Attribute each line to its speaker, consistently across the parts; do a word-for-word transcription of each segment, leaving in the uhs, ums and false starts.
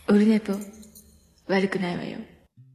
Speaker 1: オルネポ悪くないわよ。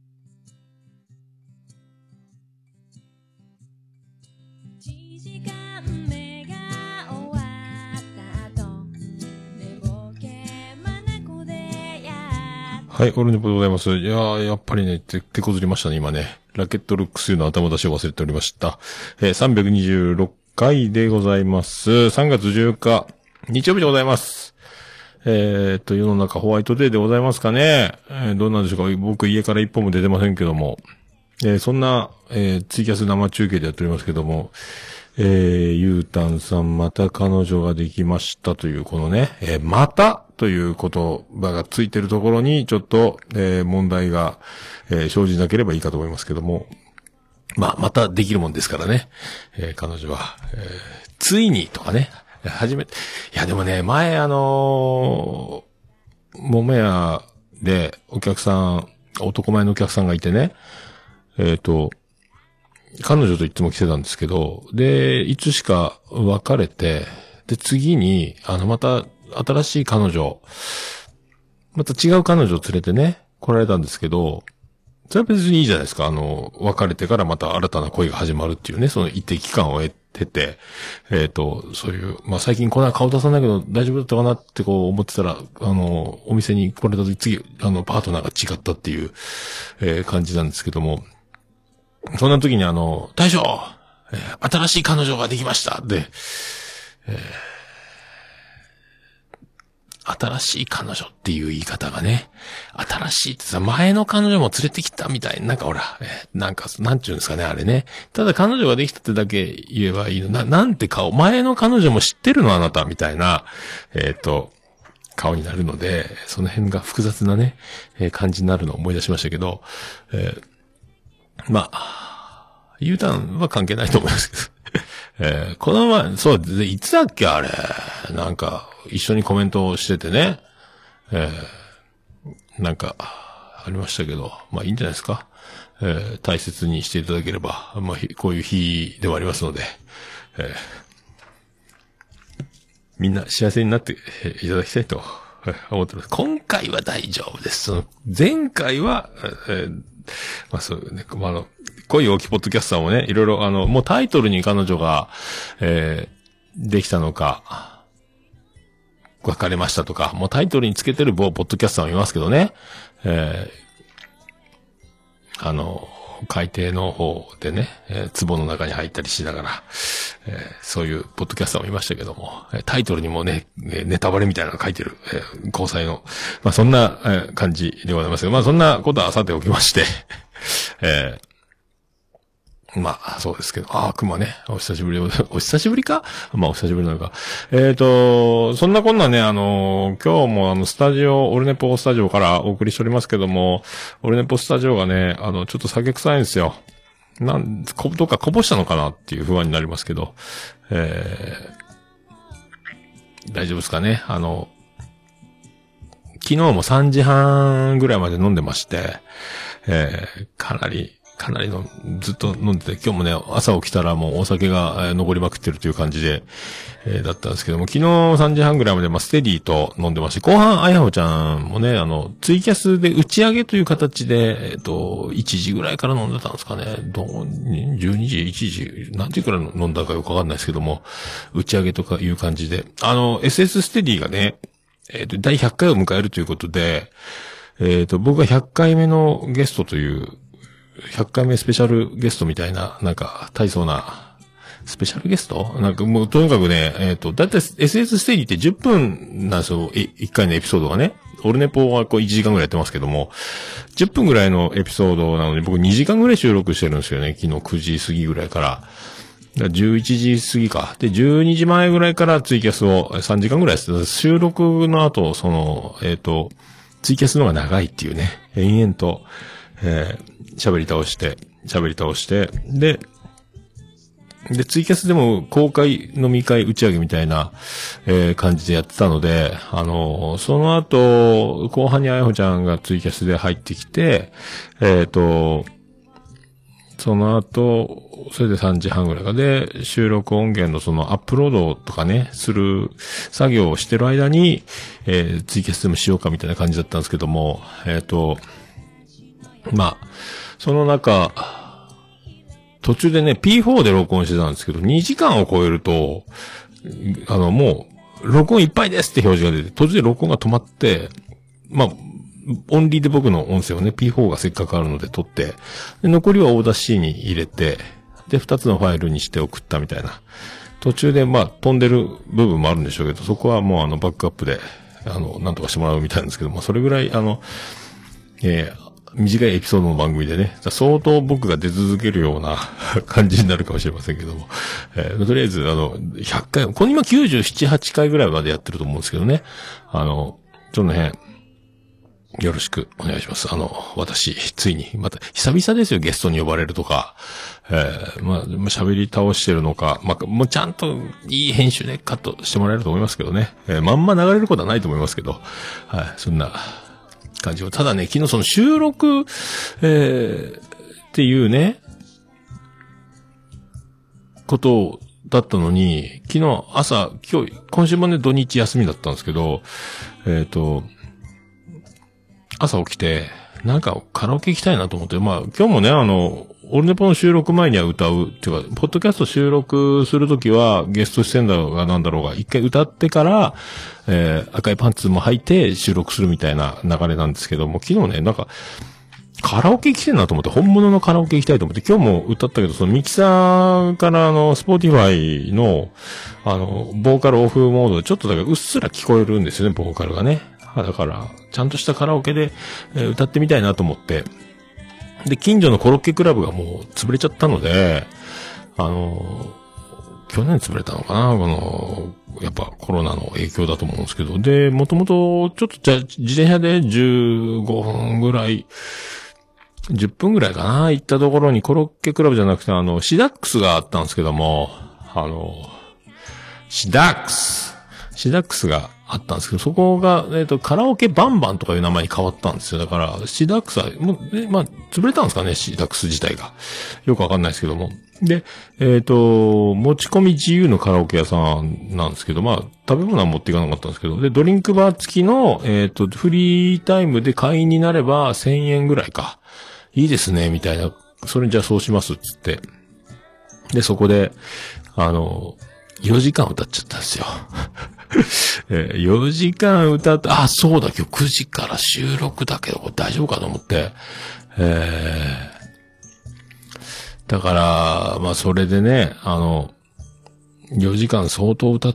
Speaker 2: はい、オルネポでございます。いやー、やっぱりね、て、手こずりましたね、今ね。ラケットルックスの頭出しを忘れておりました。えー、さんびゃくにじゅうろっかいでございます。さんがつじゅうよっか、日曜日でございます。えーっと、世の中ホワイトデーでございますかね。えー、どうなんでしょうか。僕家から一歩も出てませんけども。えー、そんな、えー、ツイキャス生中継でやっておりますけども、えー、ゆうたんさんまた彼女ができましたというこのね、えー、またという言葉がついてるところにちょっと、えー、問題が、えー、生じなければいいかと思いますけども、まあ、またできるもんですからね、えー、彼女は、えー、ついにとかね、初めて、いやでもね、前あのー、桃屋でお客さん、男前のお客さんがいてね、えっと、彼女といつも来てたんですけど、で、いつしか別れて、で、次に、あの、また、新しい彼女、また違う彼女を連れてね、来られたんですけど、それは別にいいじゃないですか。あの、別れてからまた新たな恋が始まるっていうね、その一定期間を得てて、えっと、そういう、まあ、最近こんな顔出さないけど大丈夫だったかなってこう思ってたら、あの、お店に来られた時、次、あの、パートナーが違ったっていう、えー、感じなんですけども、そんな時にあの、大将、えー、新しい彼女ができましたで、えー、新しい彼女っていう言い方がね、新しいってさ、前の彼女も連れてきたみたいな、なんかほら、えー、なんか、なんちゅうんですかね、あれね。ただ彼女ができたってだけ言えばいいの。な、なんて顔、前の彼女も知ってるのあなたみたいな、えっと、顔になるので、その辺が複雑なね、えー、感じになるのを思い出しましたけど、えーまあ、U ターンは関係ないと思いますけど。えー、この前、そう、いつだっけあれ。なんか、一緒にコメントをしててね。えー、なんか、ありましたけど、まあいいんじゃないですか。えー、大切にしていただければ、まあ、こういう日ではありますので、えー、みんな幸せになっていただきたいと思ってます。今回は大丈夫です。その前回は、えーまあそうね、まあ、あの、恋大きポッドキャスターもね、いろいろあの、もうタイトルに彼女が、えー、できたのか、別れましたとか、もうタイトルにつけてる某ポッドキャスターもいますけどね、えー、あの、海底の方でね、えー、壺の中に入ったりしながら、えー、そういうポッドキャスターもいましたけども、タイトルにもね、ネタバレみたいなのが書いてる、えー、交際の、まあそんな、えー、感じでございますが、まあそんなことはさておきまして、えー、まあそうですけど、ああ、熊ね、お久しぶり、お久しぶりかまあお久しぶりなのか。えっと、そんなこんなね、あの、今日もあの、スタジオ、オルネポスタジオからお送りしておりますけども、オルネポスタジオがね、あの、ちょっと酒臭いんですよ。なん、こ、どっかこぼしたのかなっていう不安になりますけど、えー、大丈夫ですかね。あの、昨日もさんじはんぐらいまで飲んでまして、えー、かなり、かなりの、ずっと飲んでて、今日もね、朝起きたらもうお酒が、えー、残りまくってるという感じで、えー、だったんですけども、昨日さんじはんぐらいまで、まあ、ステディと飲んでまして、後半、あやほちゃんもね、あの、ツイキャスで打ち上げという形で、えっと、いちじぐらいから飲んでたんですかね。どう、じゅうにじ、いちじ、何時くらい飲んだかよくわかんないですけども、打ち上げとかいう感じで、あの、エスエス ステディがね、えっと、だいひゃっかいを迎えるということで、えっと、僕がひゃっかいめのゲストという、ひゃっかいめスペシャルゲストみたいな、なんか、大層な、スペシャルゲストなんかもう、とにかくね、えっと、だいたい エスエス ステージってじゅっぷんなんですよ。いっかいのエピソードがね。オルネポはこういちじかんぐらいやってますけども、じゅっぷんぐらいのエピソードなのに僕にじかんぐらい収録してるんですよね。昨日くじ過ぎぐらいから。じゅういちじ過ぎか。で、じゅうにじまえぐらいからツイキャスをさんじかんぐらいして、収録の後、その、えっと、ツイキャスの方が長いっていうね。延々と、えー、喋り倒して、喋り倒して、で、で、ツイキャスでも公開飲み会打ち上げみたいな、えー、感じでやってたので、あのー、その後、後半にあやほちゃんがツイキャスで入ってきて、えっと、 その後、それでさんじはんぐらいかで、収録音源のそのアップロードとかね、する作業をしてる間に、えー、ツイキャスでもしようかみたいな感じだったんですけども、えっと、まあ、その中、途中でね、ピーフォー で録音してたんですけど、にじかんを超えると、あの、もう、録音いっぱいですって表示が出て、途中で録音が止まって、まあ、オンリーで僕の音声をね、ピーフォー がせっかくあるので撮って、で残りはオーダー C に入れて、で、二つのファイルにして送ったみたいな。途中でまあ、飛んでる部分もあるんでしょうけど、そこはもうあの、バックアップで、あの、なんとかしてもらうみたいなんですけど、まあ、それぐらい、あの、えー、短いエピソードの番組でね、相当僕が出続けるような感じになるかもしれませんけども、えー、とりあえず、あの、ひゃっかい、これ今きゅうじゅうなな、はちかいぐらいまでやってると思うんですけどね、あの、その辺、よろしくお願いします。あの、私、ついに、また、久々ですよ、ゲストに呼ばれるとか、えー、まあ、喋り倒してるのか、まあ、もうちゃんといい編集でカットしてもらえると思いますけどね、えー、まんま流れることはないと思いますけど、はい、そんな感じを。ただね、昨日その収録、えー、っていうね、ことだったのに、昨日朝、今日、今週もね、土日休みだったんですけど、えっと、朝起きて、なんかカラオケ行きたいなと思って、まあ今日もね、あの、オルネポの収録前には歌う、っていうか、ポッドキャスト収録するときはゲスト出演だろうがなんだろうが、一回歌ってから、えー、赤いパンツも履いて収録するみたいな流れなんですけども、昨日ね、なんか、カラオケ行きたいなと思って、本物のカラオケ行きたいと思って、今日も歌ったけど、そのミキサーからあの、スポーティファイの、あの、ボーカルオフモードでちょっとだけうっすら聞こえるんですよね、ボーカルがね。だから、ちゃんとしたカラオケで、えー、歌ってみたいなと思って。で、近所のコロッケクラブがもう潰れちゃったので、あのー、去年潰れたのかなこの、やっぱコロナの影響だと思うんですけど。で、もともと、ちょっとじゃ、自転車でじゅうごふんぐらい、じゅっぷんぐらいかな行ったところにコロッケクラブじゃなくて、あの、シダックスがあったんですけども、あの、シダックスシダックスがあったんですけど、そこが、えっと、カラオケバンバンとかいう名前に変わったんですよ。だから、シダックスは、もう、え、まあ、潰れたんですかね、シダックス自体が。よくわかんないですけども。で、えっと、持ち込み自由のカラオケ屋さんなんですけど、まあ、食べ物は持っていかなかったんですけど、で、ドリンクバー付きの、えっと、フリータイムで会員になればせんえんぐらいか。いいですね、みたいな。それじゃあそうします、つって。で、そこで、あの、よじかん歌っちゃったんですよ。えー、よじかん歌って、あ、そうだ、今日くじから収録だけど、これ大丈夫かと思って。えー、だから、まあ、それでね、あの、よじかん相当歌って、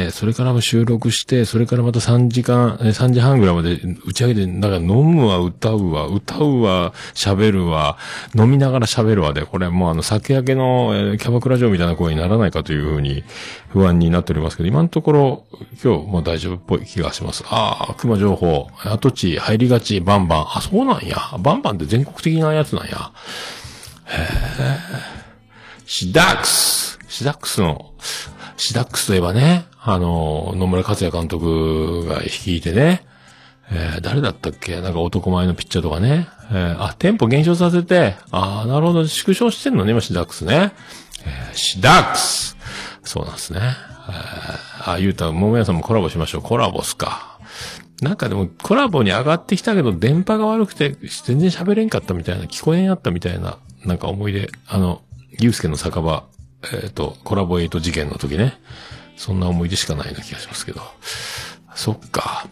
Speaker 2: それからも収録して、それからまたさんじかん、さんじはんぐらいまで打ち上げて、だから飲むわ、歌うわ、歌うわ、喋るわ、飲みながら喋るわで、これもうあの酒焼けの、えー、キャバクラ嬢みたいな声にならないかというふうに不安になっておりますけど、今のところ今日もう大丈夫っぽい気がします。ああ、熊情報、跡地入りがち、バンバン。あ、そうなんや。バンバンって全国的なやつなんや。へえ。シダックスシダックスの、シダックスといえばね、あの、野村克也監督が率いてね、えー、誰だったっけなんか男前のピッチャーとかね、えー、あ、テンポ減少させて、ああ、なるほど、縮小してんのね、今シダックスね。えー、シダックスそうなんですね。えー、あ、ゆうた、ももやさんもコラボしましょう。コラボっすか。なんかでもコラボに上がってきたけど、電波が悪くて、全然喋れんかったみたいな、聞こえんやったみたいな、なんか思い出、あの、ゆうすけの酒場、えっと、コラボエイト事件の時ね。そんな思い出しかないような気がしますけど。そっか。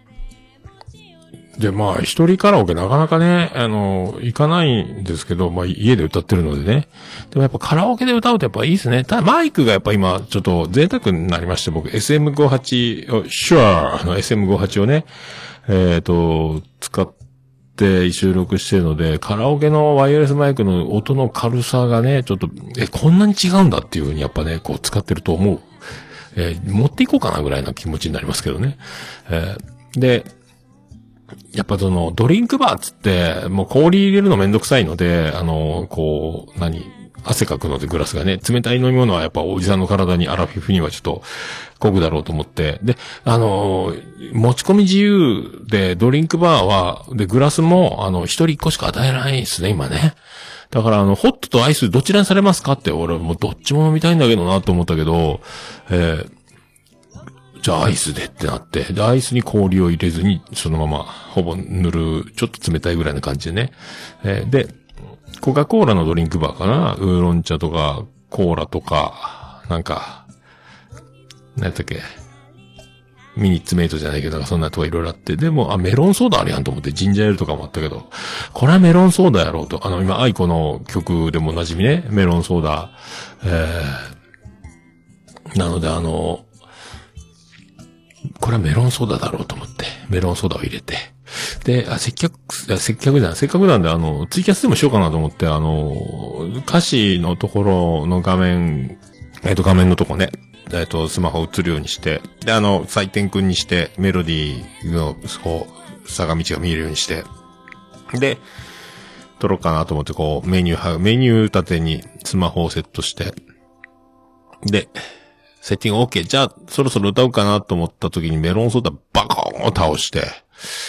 Speaker 2: で、まあ、一人カラオケなかなかね、あの、行かないんですけど、まあ、家で歌ってるのでね。でもやっぱカラオケで歌うとやっぱいいですね。ただ、マイクがやっぱ今、ちょっと贅沢になりまして、僕、エスエムごじゅうはち を、シュアーの エスエムごじゅうはち をね、えっと、使って、で収録してるので、カラオケのワイヤレスマイクの音の軽さがね、ちょっと、え、こんなに違うんだっていう風にやっぱね、こう使ってると思う。えー、持っていこうかなぐらいな気持ちになりますけどね。えー、で、やっぱその、ドリンクバーつって、もう氷入れるのめんどくさいので、あの、こう、何汗かくのでグラスがね、冷たい飲み物はやっぱおじさんの体にアラフィフにはちょっと、こぐだろうと思って。で、あのー、持ち込み自由で、ドリンクバーは、で、グラスも、あの、一人一個しか与えないんですね、今ね。 だからあの、ホットとアイスどちらにされますかって、俺もうどっちも飲みたいんだけどなと思ったけど、えー、じゃあアイスでってなって、で、アイスに氷を入れずに、そのまま、ほぼ塗る、ちょっと冷たいぐらいな感じでね。えー、で、コカ・コーラのドリンクバーかな、ウーロン茶とか、コーラとか、なんか、何やったっけ、ミニッツメイトじゃないけど、なんかそんなとかいろいろあって、でも、あ、メロンソーダあるやんと思って、ジンジャーエールとかもあったけど、これはメロンソーダやろうと。あの、今、アイコの曲でもおなじみね、メロンソーダ。えー、なので、あの、これはメロンソーダだろうと思って、メロンソーダを入れて。で、あ、接客、接客じゃん。せっかくなんで、あの、ツイキャスでもしようかなと思って、あの、歌詞のところの画面、えっと、画面のとこね。えっと、スマホ映るようにして、で、あの、採点君にして、メロディーの、こう、坂道が見えるようにして、で、撮ろうかなと思って、こう、メニュー、メニュー立てにスマホをセットして、で、セッティング OK。じゃあ、そろそろ歌うかなと思った時にメロンソーダバコーンを倒して、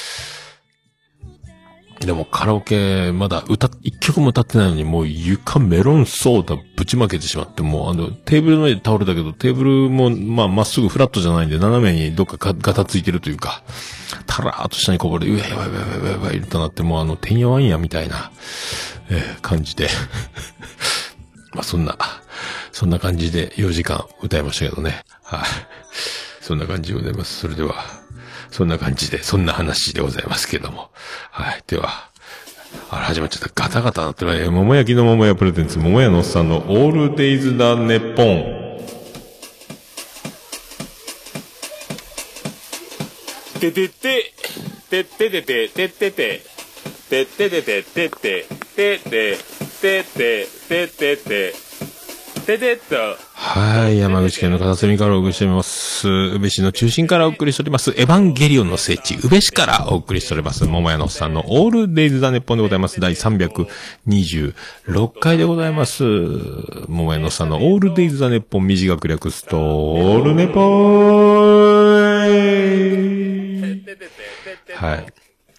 Speaker 2: でもカラオケまだ歌、一曲も歌ってないのにもう床メロンソーダぶちまけてしまって、もうあのテーブルの上で倒れたけど、テーブルもまあまっすぐフラットじゃないんで斜めにどっかガタついてるというか、たらーっと下にこぼれて、うわやばいやばいやばいやばいとなって、もうあのてんやわんやみたいな、えー、感じで。まあそんな、そんな感じでよじかん歌いましたけどね。はい。そんな感じでございます。それでは。そんな感じで、そんな話でございますけども。はい。では、あれ始まっちゃった。ガタガタなってない。桃焼きの桃屋プレゼンツ、桃屋のおっさんのオールデイズだネッポン。ててて、てててて、ててて、てててて、ててて、ててて、ててて、ててっと。はい。山口県の片隅からお送りしております。宇部市の中心からお送りしております。エヴァンゲリオンの聖地、宇部市からお送りしております。桃屋のおっさんのオールデイズ・ザ・ネッポンでございます。第さんびゃくにじゅうろっかいでございます。桃屋のおっさんのオールデイズ・ザ・ネッポン、短く略すと、オールネポーはい。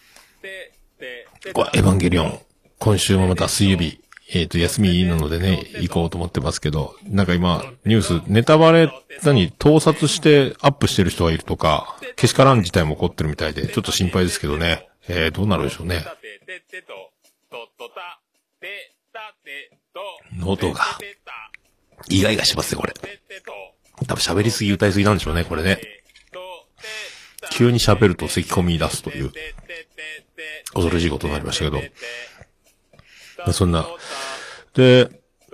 Speaker 2: これ、エヴァンゲリオン。今週もまた水曜日。えっと、休みなのでね、行こうと思ってますけど、なんか今、ニュース、ネタバレ、何、盗撮してアップしてる人がいるとか、けしからん自体も起こってるみたいで、ちょっと心配ですけどね。えー、どうなるでしょうね。ノートが、意外がしますね、これ。多分喋りすぎ、歌いすぎなんでしょうね、これね。急に喋ると咳込み出すという、恐ろしいことになりましたけど。そんな。で、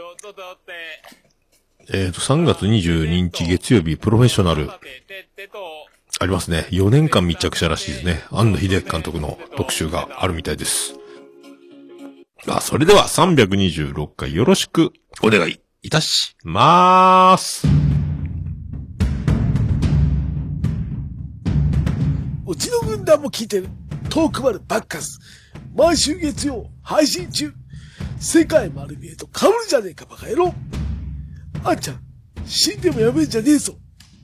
Speaker 2: えっと、さんがつにじゅうににち月曜日、プロフェッショナル。ありますね。よねんかん密着したらしいですね。庵野秀明監督の特集があるみたいです。あ、それではさんびゃくにじゅうろっかいよろしくお願いいたしまーす。
Speaker 3: うちの軍団も聞いてる。トークバルバッカス。毎週月曜配信中。世界丸見えと被るじゃねえかバカ野郎。あんちゃん、死んでもやめんじゃねえぞ。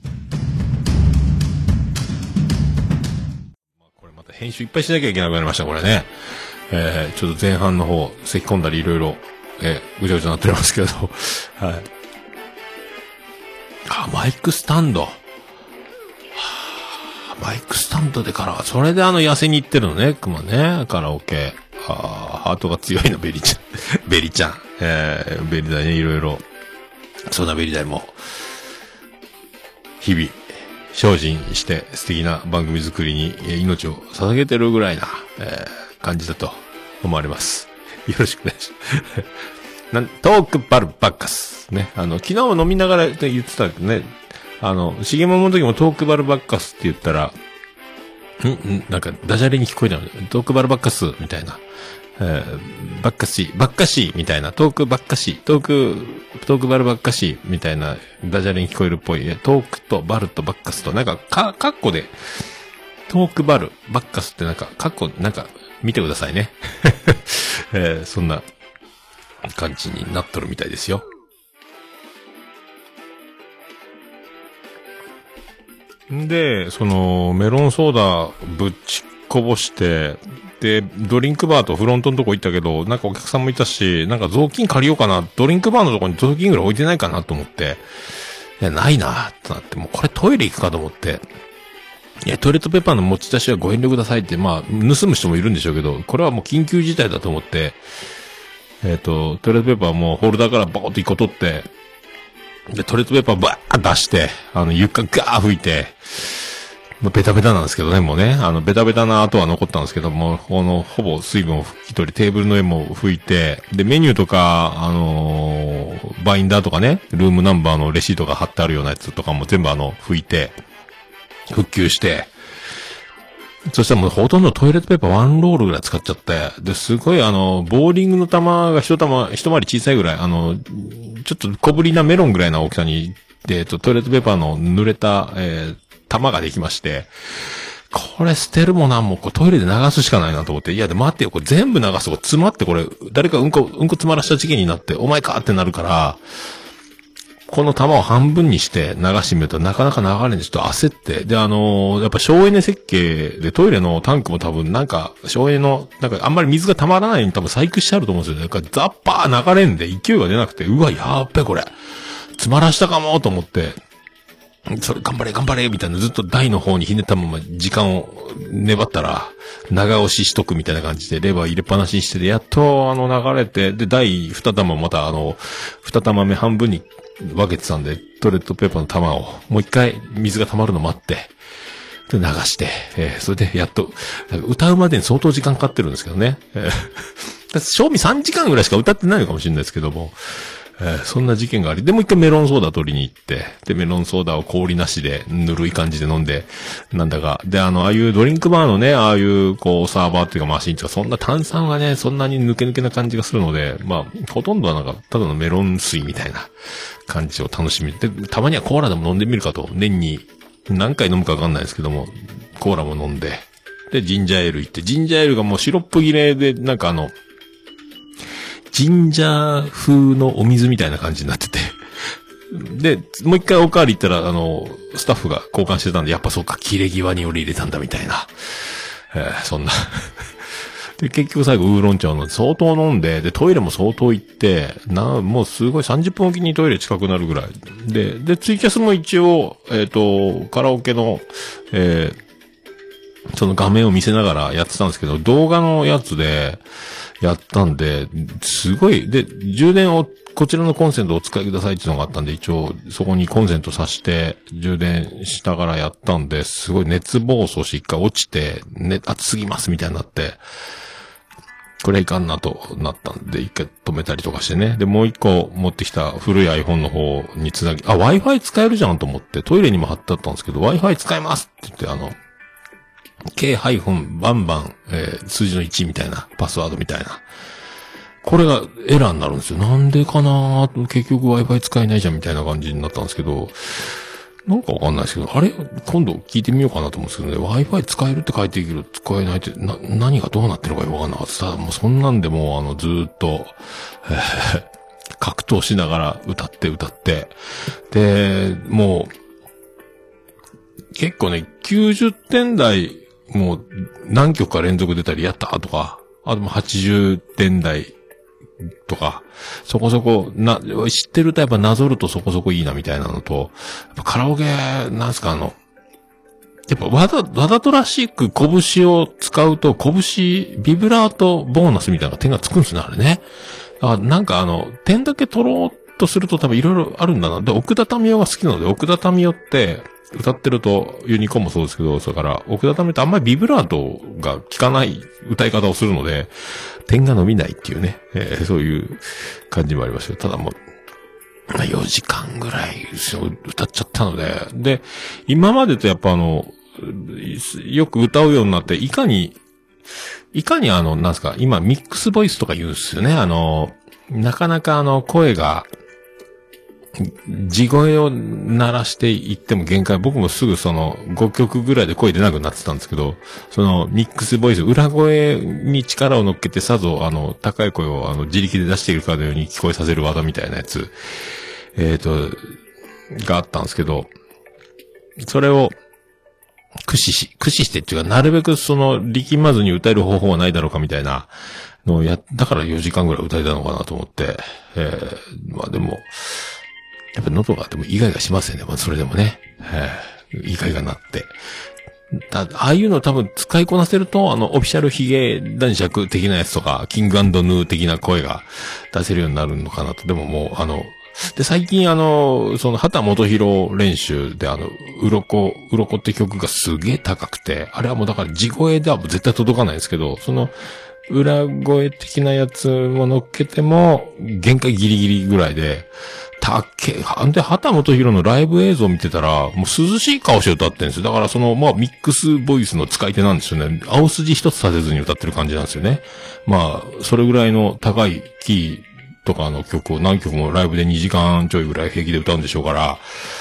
Speaker 2: これまた編集いっぱいしなきゃいけなくなりました、これね。えー、ちょっと前半の方、咳込んだりいろいろ、えー、ぐちゃぐちゃなっておりますけど。はい。あ、マイクスタンド。はあ、マイクスタンドでから、それであの痩せに行ってるのね、熊ね、カラオケ。ああ、ハートが強いの、ベリちゃん。ベリちゃん。えー、ベリダイね、いろいろ。そんなベリダイも、日々、精進して素敵な番組作りに命を捧げてるぐらいな、えー、感じだと思われます。よろしくお願いします。トークバルバッカス。ね。あの、昨日飲みながら言ってたけどね、あの、しげももの時もトークバルバッカスって言ったら、んんなんか、ダジャレに聞こえたの。トークバルバッカス、みたいな。えー、バッカシー、バッカシー、みたいな。トークバッカシー、トーク、トークバルバッカシー、みたいな、ダジャレに聞こえるっぽい。トークとバルとバッカスと、なんか、か、カッコで、トークバル、バッカスってなんか、カッコ、なんか、見てくださいね。えー、そんな、感じになっとるみたいですよ。んで、その、メロンソーダぶっちこぼして、 で、ドリンクバーとフロントのとこ行ったけど、なんかお客さんもいたし、なんか雑巾借りようかな、ドリンクバーのとこに雑巾ぐらい置いてないかなと思って、いや、ないなってなって、もうこれトイレ行くかと思って、いや、トイレットペーパーの持ち出しはご遠慮くださいって、まあ、盗む人もいるんでしょうけど、これはもう緊急事態だと思って、えっと、トイレットペーパーもホルダーからバーッと一個取って、で、トイレットペーパーバーッ出して、あの、床ガー拭いて、まあ、ベタベタなんですけどね、もうね。あの、ベタベタな跡は残ったんですけども、この、ほぼ水分を拭き取り、テーブルの上も拭いて、で、メニューとか、あのー、バインダーとかね、ルームナンバーのレシートが貼ってあるようなやつとかも全部あの、拭いて、復旧して、そしたらもうほとんどトイレットペーパーワンロールぐらい使っちゃって、で、すごいあの、ボーリングの玉が一玉、一回り小さいぐらい、あの、ちょっと小ぶりなメロンぐらいな大きさに、で、えっと、トイレットペーパーの濡れた、えー、玉ができまして、これ捨てるもなんも、こうトイレで流すしかないなと思って、いやで待ってよ、これ全部流すとこ詰まってこれ、誰かうんこ、うんこ詰まらした事件になって、お前かってなるから、この玉を半分にして流してみるとなかなか流れんでちょっと焦って、で、あのー、やっぱ省エネ設計でトイレのタンクも多分なんか省エネの、なんかあんまり水が溜まらないように多分細工してあると思うんですよね。だからザッパー流れんで勢いが出なくて、うわ、やっべこれ。詰まらしたかもと思って、それ頑張れ頑張れみたいなずっと台の方にひねったまま時間を粘ったら長押ししとくみたいな感じでレバー入れっぱなしにしてて、やっとあの流れて、で台二玉またあの二玉目半分に分けてたんで、トイレットペーパーの玉をもう一回水が溜まるの待ってで流して、えー、それでやっと歌うまでに相当時間かかってるんですけどね、えー、賞味さんじかんぐらいしか歌ってないのかもしれないですけども、えー、そんな事件があり、でもう一回メロンソーダ取りに行って、で、メロンソーダを氷なしで、ぬるい感じで飲んで、なんだか、で、あの、ああいうドリンクバーのね、ああいう、こう、サーバーっていうかマシンとか、そんな炭酸がね、そんなに抜け抜けな感じがするので、まあ、ほとんどはなんか、ただのメロン水みたいな感じを楽しみ。で、たまにはコーラでも飲んでみるかと、年に何回飲むかわかんないですけども、コーラも飲んで、で、ジンジャーエール行って、ジンジャーエールがもうシロップ切れで、なんかあの、ジンジャー風のお水みたいな感じになってて。で、もう一回おかわり行ったら、あの、スタッフが交換してたんで、やっぱそうか、切れ際により入れたんだみたいな。えー、そんな。で、結局最後、ウーロン茶を飲んで、相当飲んで、で、トイレも相当行って、な、もうすごいさんじゅっぷんおきにトイレ近くなるぐらい。で、で、ツイキャスも一応、えっと、カラオケの、えー、その画面を見せながらやってたんですけど、動画のやつで、やったんで、すごい、で、充電を、こちらのコンセントをお使いくださいっていうのがあったんで、一応、そこにコンセント挿して、充電しながらやったんで、すごい熱暴走し一回落ちて、ね、熱すぎますみたいになって、これはいかんなとなったんで、一回止めたりとかしてね。で、もう一個持ってきた古い iPhone の方につなぎ、あ、Wi-Fi 使えるじゃんと思って、トイレにも貼ってあったんですけど、Wi-Fi 使えますって言って、あの、K- バンバン、えー、数字のいちみたいな、パスワードみたいな。これがエラーになるんですよ。なんでかなー結局 Wi-Fi 使えないじゃんみたいな感じになったんですけど、なんかわかんないですけど、あれ今度聞いてみようかなと思うんですけどね、Wi-Fi 使えるって書いてるけど、使えないって、な、何がどうなってるのかよくわかんなかった。ただもうそんなんでもうあの、ずーっと、えー、格闘しながら歌って歌って、で、もう、結構ね、きゅうじゅってん台、もう何曲か連続出たりやったとか、あともはちじゅってん台とか、そこそこ、な、知ってるとやっぱなぞるとそこそこいいなみたいなのと、やっぱカラオケ、なんすかあの、やっぱわざ、わざとらしく拳を使うと、拳、ビブラートボーナスみたいな点がつくんですね、あれね。あ、なんかあの、点だけ取ろうとすると多分いろいろあるんだな。で、奥田民生が好きなので、奥田民生って、歌ってると、ユニコーンもそうですけど、それから、奥田民生ってあんまりビブラートが効かない歌い方をするので、点が伸びないっていうね、えー、そういう感じもありましたけど、ただもう、よじかんぐらい歌っちゃったので、で、今までとやっぱあの、よく歌うようになって、いかに、いかにあの、なんすか、今ミックスボイスとか言うんですよね、あの、なかなかあの、声が、地声を鳴らしていっても限界。僕もすぐそのごきょくぐらいで声出なくなってたんですけど、そのミックスボイス、裏声に力を乗っけてさぞあの高い声をあの自力で出しているかのように聞こえさせる技みたいなやつ、えっと、があったんですけど、それを駆使し、駆使してっていうか、なるべくその、力まずに歌える方法はないだろうかみたいなのをや、だからよじかんぐらい歌えたのかなと思って、えー、まあでも、やっぱ喉がでもイガイガしますよね。まあそれでもね。えー、イガイガなって。だああいうの多分使いこなせると、あの、オフィシャルヒゲ男爵的なやつとか、キング&ヌー的な声が出せるようになるのかなと。でももう、あの、で、最近あの、その、畑元博練習であの、うろこ、うろこって曲がすげえ高くて、あれはもうだから地声では絶対届かないんですけど、その、裏声的なやつも乗っけても、限界ギリギリぐらいで、たっけ、んで、畑元博のライブ映像を見てたら、もう涼しい顔して歌ってるんですよ。だからその、まあ、ミックスボイスの使い手なんですよね。青筋一つ立てずに歌ってる感じなんですよね。まあ、それぐらいの高いキーとかの曲を何曲もライブでにじかんちょいぐらい平気で歌うんでしょうから、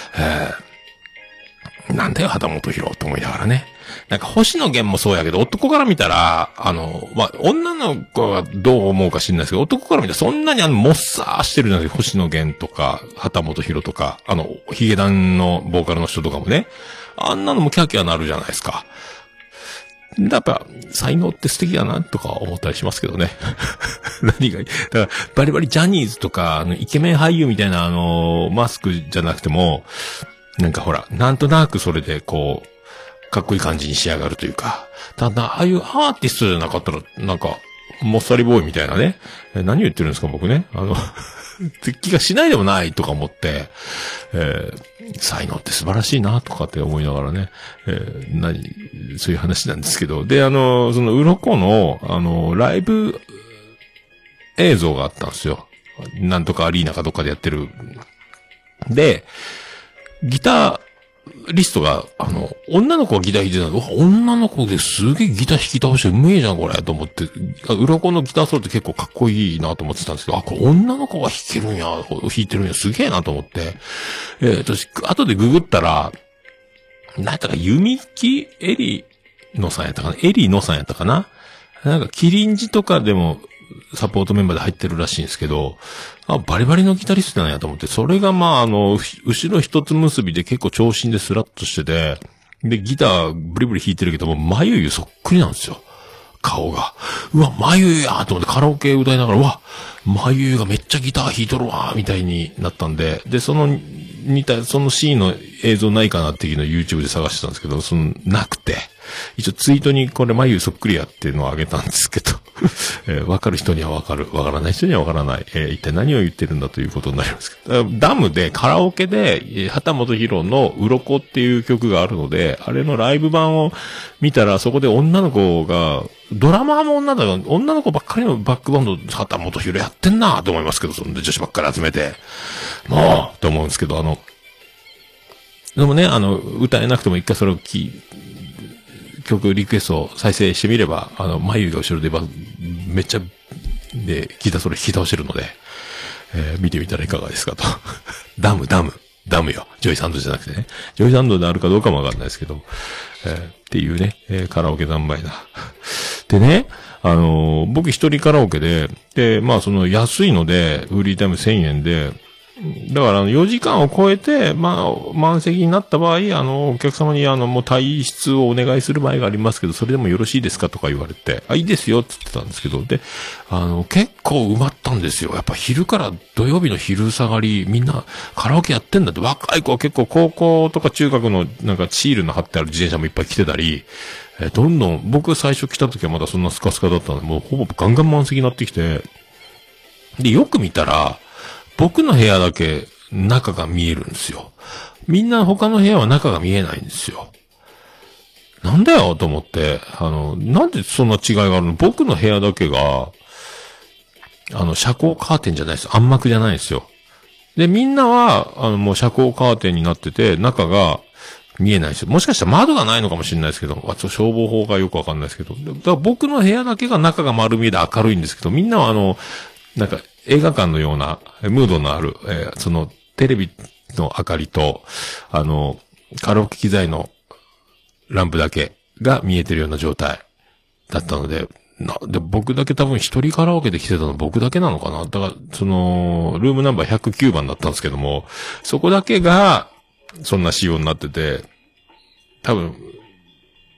Speaker 2: えー、なんだよ、畑元博と思いながらね。なんか星野源もそうやけど、男から見たら、あの、まあ、女の子がどう思うか知んないですけど、男から見たらそんなにあの、もっさーしてるじゃないですか。星野源とか、畑本博とか、あの、ヒゲダンのボーカルの人とかもね。あんなのもキャーキャーなるじゃないですか。やっぱ、才能って素敵だな、とか思ったりしますけどね。何がいい。だから、バリバリジャニーズとか、あの、イケメン俳優みたいな、あの、マスクじゃなくても、なんかほら、なんとなくそれでこう、かっこいい感じに仕上がるというか。ただ、ああいうアーティストじゃなかったら、なんか、もっさりボーイみたいなね。え何を言ってるんですか、僕ね。あの、気がしないでもないとか思って、えー、才能って素晴らしいな、とかって思いながらね。えー、何、そういう話なんですけど。で、あの、その、鱗の、あの、ライブ映像があったんですよ。なんとかアリーナかどっかでやってる。で、ギター、リストが、あの、女の子がギター弾いてたの。うわ、女の子ですげえギター弾き倒してうめえじゃん、これ、と思って。鱗のギターソロって結構かっこいいなと思ってたんですけど、あ、これ女の子が弾けるんや、弾いてるんや、すげえなと思って。えー、と、後でググったら、なんやったか、弓木エリノさんやったかなエリノさんやったかななんか、キリンジとかでも、サポートメンバーで入ってるらしいんですけど、あ、バリバリのギタリストなんやと思って、それがまああの、後ろ一つ結びで結構長身でスラッとしてて、で、ギターブリブリ弾いてるけども、眉ゆそっくりなんですよ。顔が。うわ、眉ゆやーと思ってカラオケ歌いながら、うわ、眉ゆがめっちゃギター弾いとるわーみたいになったんで、で、その、似た、そのシーンの映像ないかなっていうのを YouTube で探してたんですけど、その、なくて、一応ツイートにこれ眉そっくりやっていうのをあげたんですけど、えー、わかる人にはわかる、わからない人にはわからない、えー、一体何を言ってるんだということになりますけど、ダムでカラオケで、畑本博の鱗っていう曲があるので、あれのライブ版を見たらそこで女の子が、ドラマーも女だが、女の子ばっかりのバックバンド、畑本博やってんなと思いますけど、そんで女子ばっかり集めて、もう、と思うんですけど、あの、でもね、あの、歌えなくても一回それを聞曲リクエストを再生してみれば、あの、眉が後ろでば、めっちゃ、で、ギターソロ弾き倒してるので、えー、見てみたらいかがですかと。ダム、ダム、ダムよ。ジョイサンドじゃなくてね。ジョイサンドであるかどうかもわかんないですけど、えー、っていうね、えー、カラオケ三昧だ。でね、あのー、僕一人カラオケで、で、まあその安いので、フリータイムせんえんで、だから、よじかんを超えて、まあ、満席になった場合、あの、お客様に、あの、もう退出をお願いする場合がありますけど、それでもよろしいですかとか言われて、あ、いいですよって言ってたんですけど、で、あの、結構埋まったんですよ。やっぱ昼から土曜日の昼下がり、みんなカラオケやってんだって、若い子は結構高校とか中学のなんかシールの貼ってある自転車もいっぱい来てたり、えどんどん、僕最初来た時はまだそんなスカスカだったので、もうほぼガンガン満席になってきて、で、よく見たら、僕の部屋だけ中が見えるんですよ。みんな他の部屋は中が見えないんですよ。なんだよと思って、あの、なんでそんな違いがあるの？僕の部屋だけが、あの、遮光カーテンじゃないです。暗幕じゃないですよ。で、みんなは、あの、もう遮光カーテンになってて、中が見えないですよ。もしかしたら窓がないのかもしれないですけど、消防法がよくわかんないですけど、だから僕の部屋だけが中が丸見えで明るいんですけど、みんなはあの、なんか、映画館のような、ムードのある、えー、その、テレビの明かりと、あの、カラオケ機材のランプだけが見えてるような状態だったので、な、で、僕だけ多分一人カラオケで来てたの僕だけなのかな？だから、その、ルームナンバーひゃくきゅうばんだったんですけども、そこだけが、そんな仕様になってて、多分、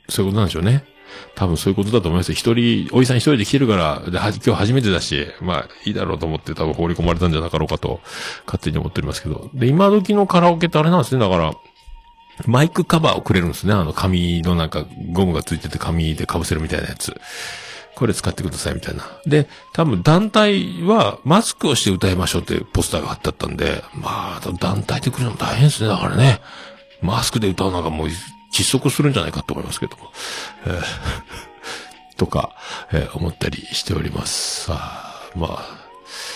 Speaker 2: そういうことなんでしょうね。多分そういうことだと思いますよ。一人、おじさん一人で来てるから、で、は、今日初めてだし、まあ、いいだろうと思って多分放り込まれたんじゃなかろうかと、勝手に思っておりますけど。で、今時のカラオケってあれなんですね。だから、マイクカバーをくれるんですね。あの、紙のなんか、ゴムがついてて紙で被せるみたいなやつ。これ使ってくださいみたいな。で、多分団体はマスクをして歌いましょうってポスターが貼ってあったんで、まあ、団体で来るのも大変ですね。だからね。マスクで歌うのがもう窒息するんじゃないかと思いますけども。えー、とか、えー、思ったりしております。さあ、まあ、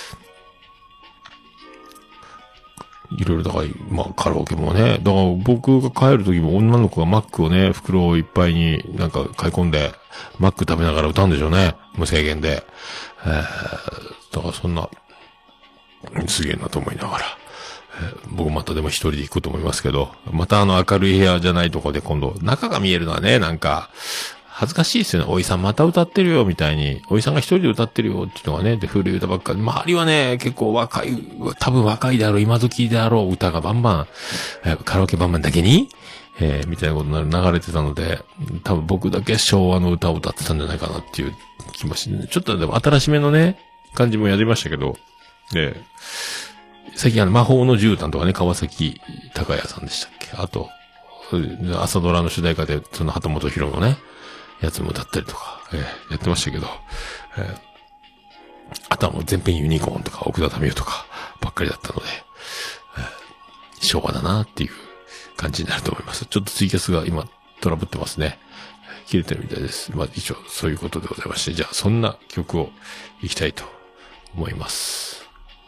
Speaker 2: いろいろだから、まあカラオケもね、だから僕が帰る時も女の子がマックをね、袋をいっぱいになんか買い込んで、マック食べながら歌うんでしょうね。無制限で。えー、だからそんな、すげえなと思いながら。えー、僕またでも一人で行くと思いますけど、またあの明るい部屋じゃないとこで今度、中が見えるのはね、なんか、恥ずかしいですよね。おいさんまた歌ってるよ、みたいに。おいさんが一人で歌ってるよ、っていうのがね。で、古い歌ばっかり。周りはね、結構若い、多分若いであろう、今時であろう歌がバンバン、えー、カラオケバンバンだけに、えー、みたいなことになる流れてたので、多分僕だけ昭和の歌を歌ってたんじゃないかなっていう気もして、ね、ちょっとでも新しめのね、感じもやりましたけど、で、最近あの、魔法の絨毯とかね、川崎高也さんでしたっけ。あと、朝ドラの主題歌で、その旗本博のね、やつも歌ったりとか、えー、やってましたけど、えー、あとはもう全編ユニコーンとか奥田民生とかばっかりだったので、えー、昭和だなっていう感じになると思います。ちょっとツイキャスが今トラブってますね。切れてるみたいです。まあ一応そういうことでございまして、じゃあそんな曲をいきたいと思います。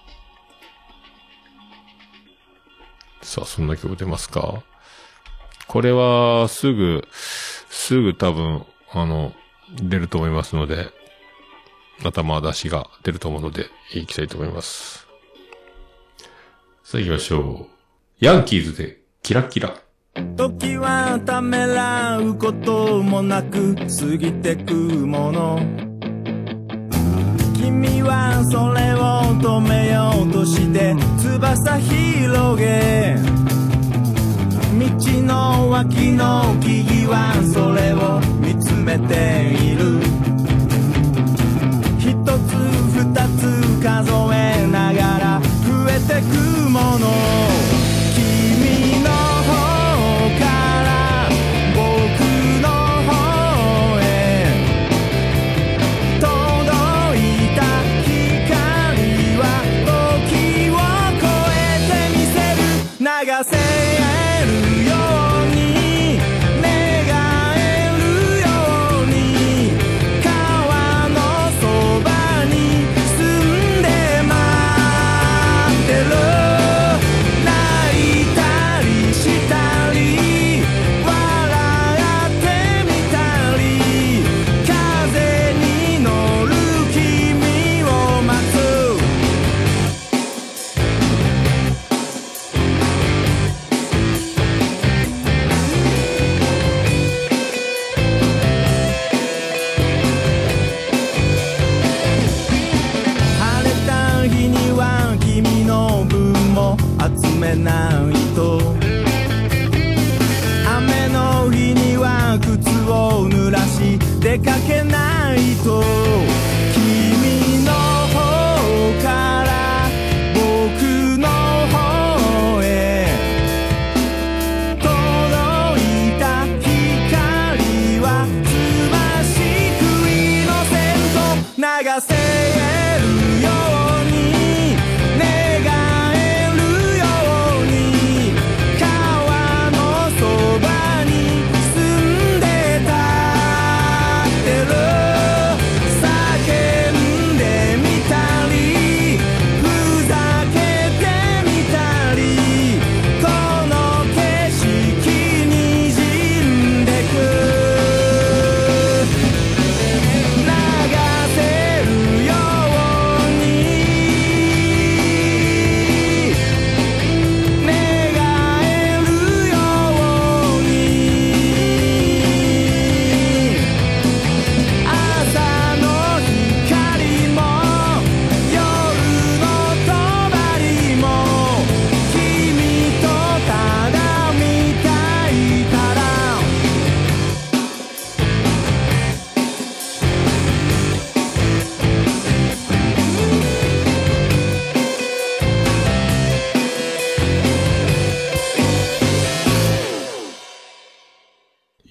Speaker 2: さあそんな曲出ますか？これはすぐ、すぐ多分、あの、出ると思いますので、頭出しが出ると思うので、いきたいと思います。さあ行きましょう。ヤンキーズで、キラキラ。
Speaker 4: 時はためらうこともなく過ぎてくもの。君はそれを止めようとして翼広げ、道の脇の木々はそれを見つめている。一つ二つ数えながら増えてくもの。君の方から僕の方へ届いた光は時を超えてみせる。流せないと、雨の日には靴を濡らし出かけないと、君の方から僕の方へ届いた光はつましくイノセント。流せるように願川のそばに住んでたってる。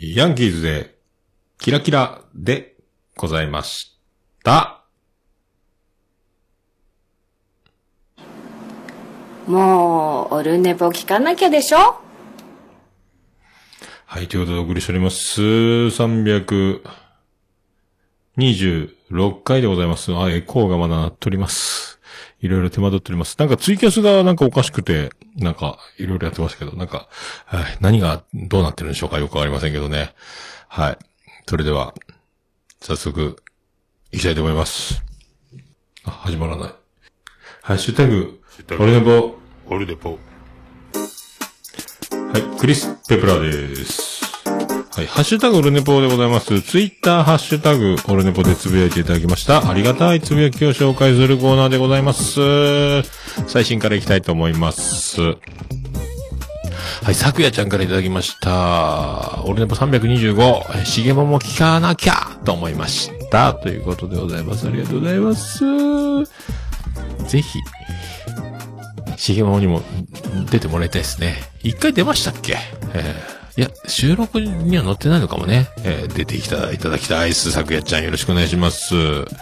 Speaker 2: ヤンキーズで、キラキラでございました。
Speaker 5: もう、オルネポ聞かなきゃでしょ？
Speaker 2: はい、ということでお送りしております。さんびゃくにじゅうろっかいでございます。あ、エコーがまだ鳴っております。いろいろ手間取っております。なんかツイキャスがなんかおかしくて、なんかいろいろやってましたけど、なんか、はい、何がどうなってるんでしょうかよくわかりませんけどね。はい。それでは、早速、行きたいと思います。あ、始まらない。ハッシュタグ、オルネポ、オルネポ。はい、クリス・ペプラーです。はい、ハッシュタグオルネポでございます。ツイッターハッシュタグオルネポでつぶやいていただきました。ありがたいつぶやきを紹介するコーナーでございます。最新からいきたいと思います。はい、咲夜ちゃんからいただきました。オルネポさんびゃくにじゅうご、しげもも聞かなきゃと思いました。ということでございます。ありがとうございます。ぜひ、しげももにも出てもらいたいですね。一回出ましたっけ？えー、いや、収録には載ってないのかもね。えー、出てきた、いただきたいです。咲夜ちゃんよろしくお願いします。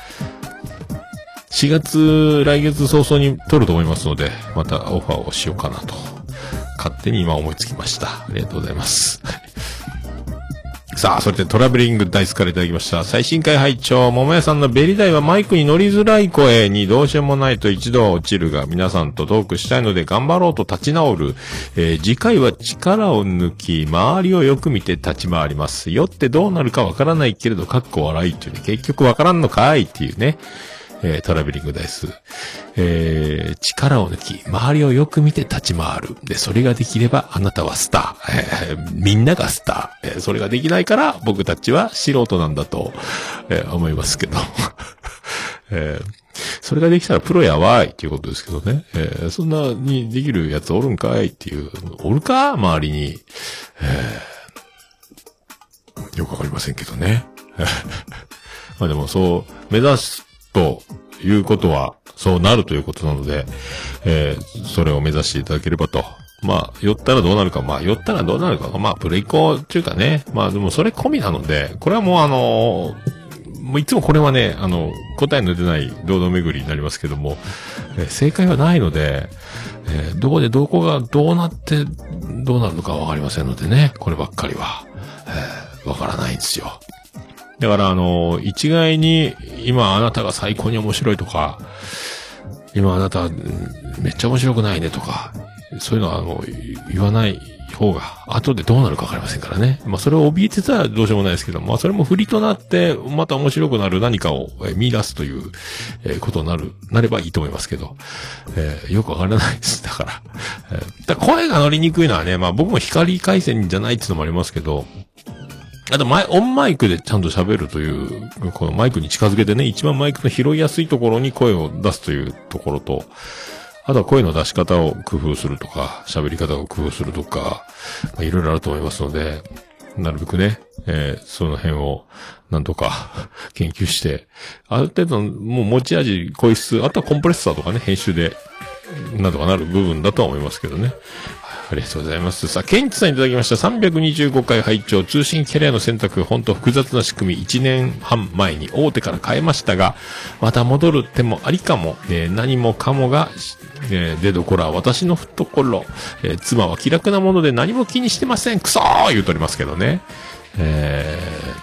Speaker 2: しがつ、来月早々に撮ると思いますので、またオファーをしようかなと。勝手に今思いつきました。ありがとうございます。さあ、それでトラベリングダイスからいただきました。最新回拝聴、桃屋さんのベリダイはマイクに乗りづらい声にどうしようもないと一度は落ちるが、皆さんとトークしたいので頑張ろうと立ち直る。えー、次回は力を抜き、周りをよく見て立ち回ります。よってどうなるかわからないけれど、かっこ笑いというね、結局わからんのかいっていうね。えー、トラベリングダイス。えー、力を抜き、周りをよく見て立ち回る。で、それができればあなたはスター。えー、みんながスター。えー。それができないから僕たちは素人なんだと、えー、思いますけど。えー、それができたらプロやわいっていうことですけどね。えー、そんなにできるやつおるんかいっていう、おるか周りに。えー、よくわかりませんけどね。まあでもそう、目指すということは、そうなるということなので、えー、それを目指していただければと。まあ、寄ったらどうなるか、まあ、寄ったらどうなるか、まあ、プレイコーっていうかね、まあでもそれ込みなので、これはもうあのー、もういつもこれはね、あの、答えの出ない堂々巡りになりますけども、えー、正解はないので、えー、どこでどこがどうなって、どうなるのかわかりませんのでね、こればっかりは、えー、わからないんですよ。だからあの、一概に、今あなたが最高に面白いとか、今あなためっちゃ面白くないねとか、そういうのはあの、言わない方が、後でどうなるかわかりませんからね。まあそれを怯えてたらどうしようもないですけど、まあそれも振りとなって、また面白くなる何かを見出すという、えー、ことになる、なればいいと思いますけど、えー、よくわからないです。だから、えー、だから声が乗りにくいのはね、まあ僕も光回線じゃないっていうのもありますけど、あとマイ、オンマイクでちゃんと喋るという、このマイクに近づけてね、一番マイクの拾いやすいところに声を出すというところと、あとは声の出し方を工夫するとか、喋り方を工夫するとか、まあ、いろいろあると思いますので、なるべくね、えー、その辺をなんとか研究して、ある程度のもう持ち味、声質、あとはコンプレッサーとかね、編集で、なんとかなる部分だとは思いますけどね。ありがとうございます。さあ、ケンチさんいただきました。さんびゃくにじゅうごかい拝聴、通信キャリアの選択、ほんと複雑な仕組み、いちねんはん前に大手から変えましたが、また戻る手もありかも、えー、何もかもが、えー、出どころは私の懐、えー、妻は気楽なもので何も気にしてません。くそー言うとりますけどね。え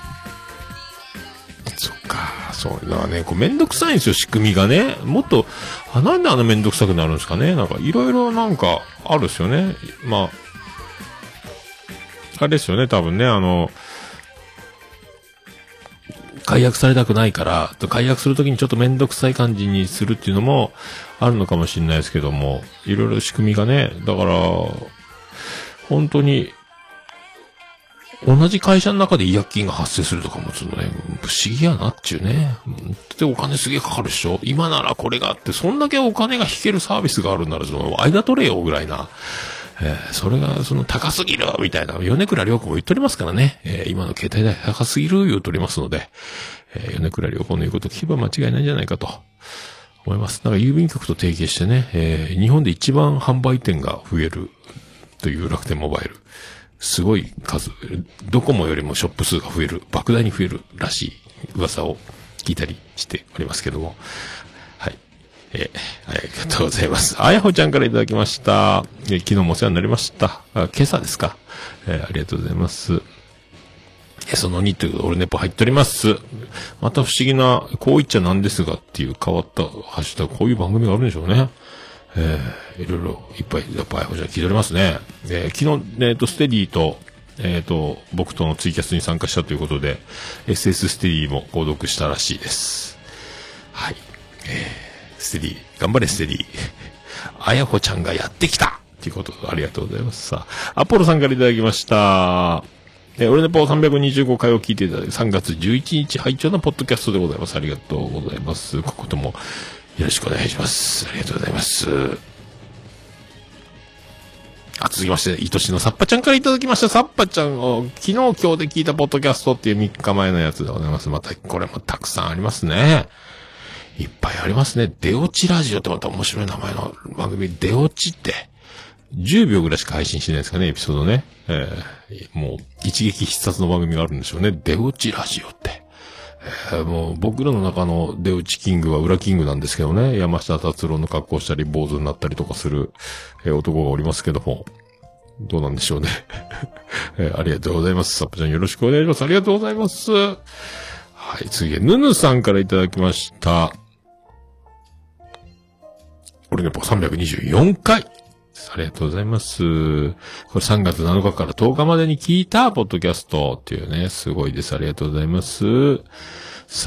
Speaker 2: ー、そっか。そうだね、こうめんどくさいんですよ、仕組みがね。もっと、あ、なんであのめんどくさくなるんですかね。なんかいろいろなんかあるんですよね。まあ、あれですよね、多分ね、あの、解約されたくないから、解約するときにちょっとめんどくさい感じにするっていうのもあるのかもしれないですけども、いろいろ仕組みがね、だから、本当に、同じ会社の中で違約金が発生するとかもちょっとね、不思議やなっちゅうね。で、お金すげえかかるでしょ。今ならこれがあって、そんだけお金が引けるサービスがあるんなら、その、間取れよぐらいな。えー、それが、その、高すぎるみたいな、米倉涼子も言っとりますからね。えー、今の携帯代高すぎる言うとりますので、えー、米倉涼子の言うこと聞けば間違いないんじゃないかと思います。なんか郵便局と提携してね、えー、日本で一番販売店が増えるという楽天モバイル。 すごい数、ドコモよりもショップ数が増える、莫大に増えるらしい噂を聞いたりしておりますけども。はい。えー、ありがとうございます。あやほちゃんからいただきました。えー、昨日もお世話になりました。あ、今朝ですか。えー、ありがとうございます。え、そのにというオルネポ入っております。また不思議な、こう言っちゃなんですがっていう変わったハッシュタグ、こういう番組があるんでしょうね。えー、いろいろいっぱい、やっぱあやほちゃん聞いておりますね。えー、昨日、えっと、ステディと、えっと、僕とのツイキャスに参加したということで、エスエス ステディも購読したらしいです。はい。えー、ステディ、頑張れステディ。あやほちゃんがやってきたということで、ありがとうございます。さあ、アポロさんからいただきました。えー、俺ネポさんびゃくにじゅうごかいを聞いていただいて、さんがつじゅういちにち拝聴のポッドキャストでございます。ありがとうございます。ここともよろしくお願いします。ありがとうございます。あ、続きまして、愛しのサッパちゃんからいただきました。サッパちゃんを昨日今日で聞いたポッドキャストっていうみっかまえのやつでございます。また、これもたくさんありますね。いっぱいありますね。出落ちラジオってまた面白い名前の番組。出落ちって、じゅうびょうぐらいしか配信してないですかね、エピソードね。えー、もう、一撃必殺の番組があるんでしょうね。出落ちラジオって。えー、もう、僕らの中の出落ちキングは裏キングなんですけどね。山下達郎の格好したり、坊主になったりとかする、えー、男がおりますけども。どうなんでしょうね。えー、ありがとうございます。サップちゃんよろしくお願いします。ありがとうございます。はい、次、ヌヌさんからいただきました。これね、さんびゃくにじゅうよんかい。ありがとうございます。これさんがつなのかからとおかまでに聞いたポッドキャストっていうね、すごいです。ありがとうございます。さ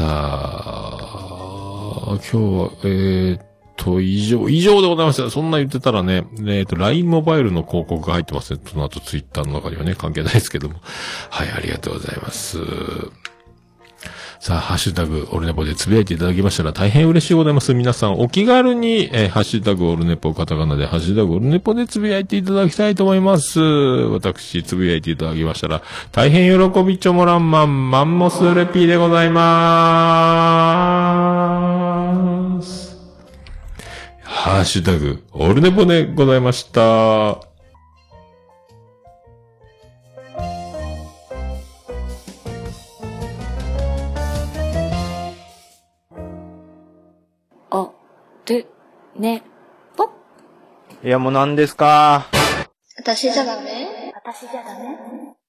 Speaker 2: あ、今日は、えーっと、以上、以上でございます。そんな言ってたらね、えーっと、ライン モバイルの広告が入ってますね。その後ツイッターの中にはね、関係ないですけども。はい、ありがとうございます。さあ、ハッシュタグ、オルネポでつぶやいていただきましたら大変嬉しいございます。皆さん、お気軽に、えー、ハッシュタグ、オルネポ、カタカナで、ハッシュタグ、オルネポでつぶやいていただきたいと思います。私、つぶやいていただきましたら、大変喜びちょもらんまん、マンモスレピーでございまーす。ハッシュタグ、オルネポでございました。
Speaker 5: お、る、ね、ぽ。
Speaker 4: いや、もう何ですか。
Speaker 1: 私じゃダメ私じゃダメ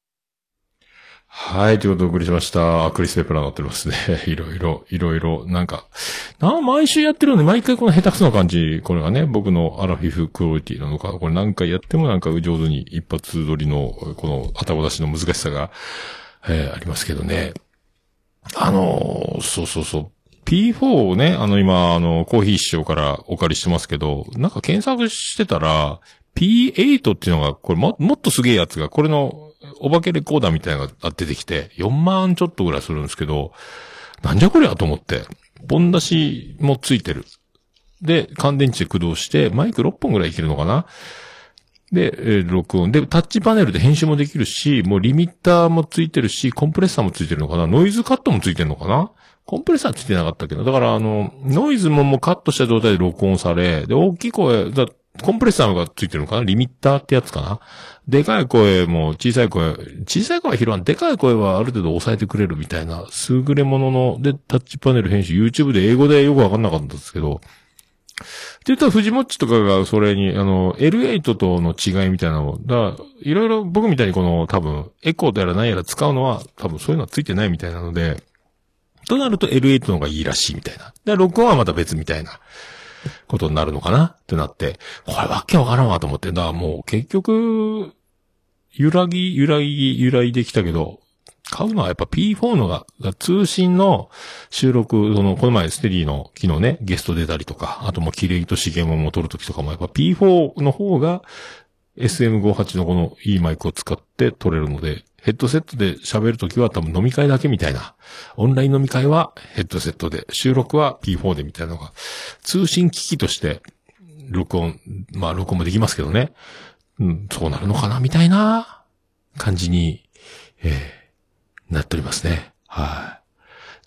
Speaker 2: はい、ということでお送りしました。クリス・ペプラーになっておりますね。いろいろ、いろいろ、なんか、な、毎週やってるので、毎回この下手くそな感じ、これがね、僕のアラフィフクオリティなのか、これ何回やってもなんか上手に一発撮りの、この頭出しの難しさが、えー、ありますけどね。あのー、そうそうそう。ピーフォー をね、あの今、あの、コーヒー師匠からお借りしてますけど、なんか検索してたら、ピーエイト っていうのが、これも、もっとすげえやつが、これの、お化けレコーダーみたいなのが出てきて、よんまんちょっとぐらいするんですけど、なんじゃこりゃと思って、ポン出しもついてる。で、乾電池で駆動して、マイクろっぽんぐらいいけるのかなで、えー、録音。で、タッチパネルで編集もできるし、もうリミッターもついてるし、コンプレッサーもついてるのかな、ノイズカットもついてるのかな、コンプレッサーついてなかったけど、だからあの、ノイズももうカットした状態で録音され、で、大きい声、だコンプレッサーがついてるのかな、リミッターってやつかな、でかい声も小さい声、小さい声は拾わん、でかい声はある程度抑えてくれるみたいな、優れものの、で、タッチパネル編集、YouTube で英語でよくわかんなかったんですけど、って言ったらフジモッチとかがそれに、あの、エルエイト との違いみたいなのを、だから、いろいろ僕みたいにこの多分、エコーとやら何やら使うのは、多分そういうのはついてないみたいなので、となると エルエイト の方がいいらしいみたいな。で、録音はまた別みたいなことになるのかなってなって、これわけわからんわと思って、だからもう結局、揺らぎ、揺らぎ、揺らいできたけど、買うのはやっぱ ピーフォー のが、通信の収録、その、この前ステディの昨日ね、ゲスト出たりとか、あともうキレイと資源も撮るときとかもやっぱ ピーフォー の方が エスエムごじゅうはち のこのいいマイクを使って撮れるので、ヘッドセットで喋るときは多分飲み会だけみたいな。オンライン飲み会はヘッドセットで、収録は ピーフォー でみたいなのが、通信機器として録音、まあ録音もできますけどね。うん、そうなるのかなみたいな感じに、えー、なっておりますね。はい。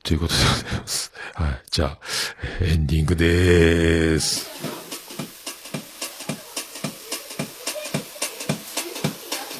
Speaker 2: ということでございます。はい。じゃあ、エンディングでーす。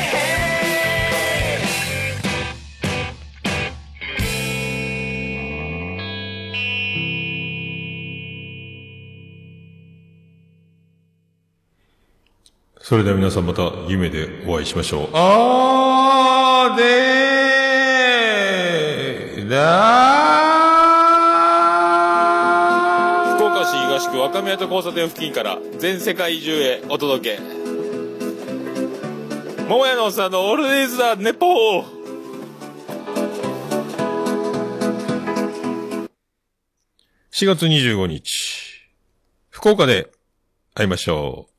Speaker 4: へ
Speaker 2: それでは皆さんまた夢でお会いしましょう。あーでーだー。福岡市東区若宮と交差点付近から全世界中へお届け。桃屋のおっさんのオールディーズだネポー。しがつにじゅうごにち、福岡で会いましょう。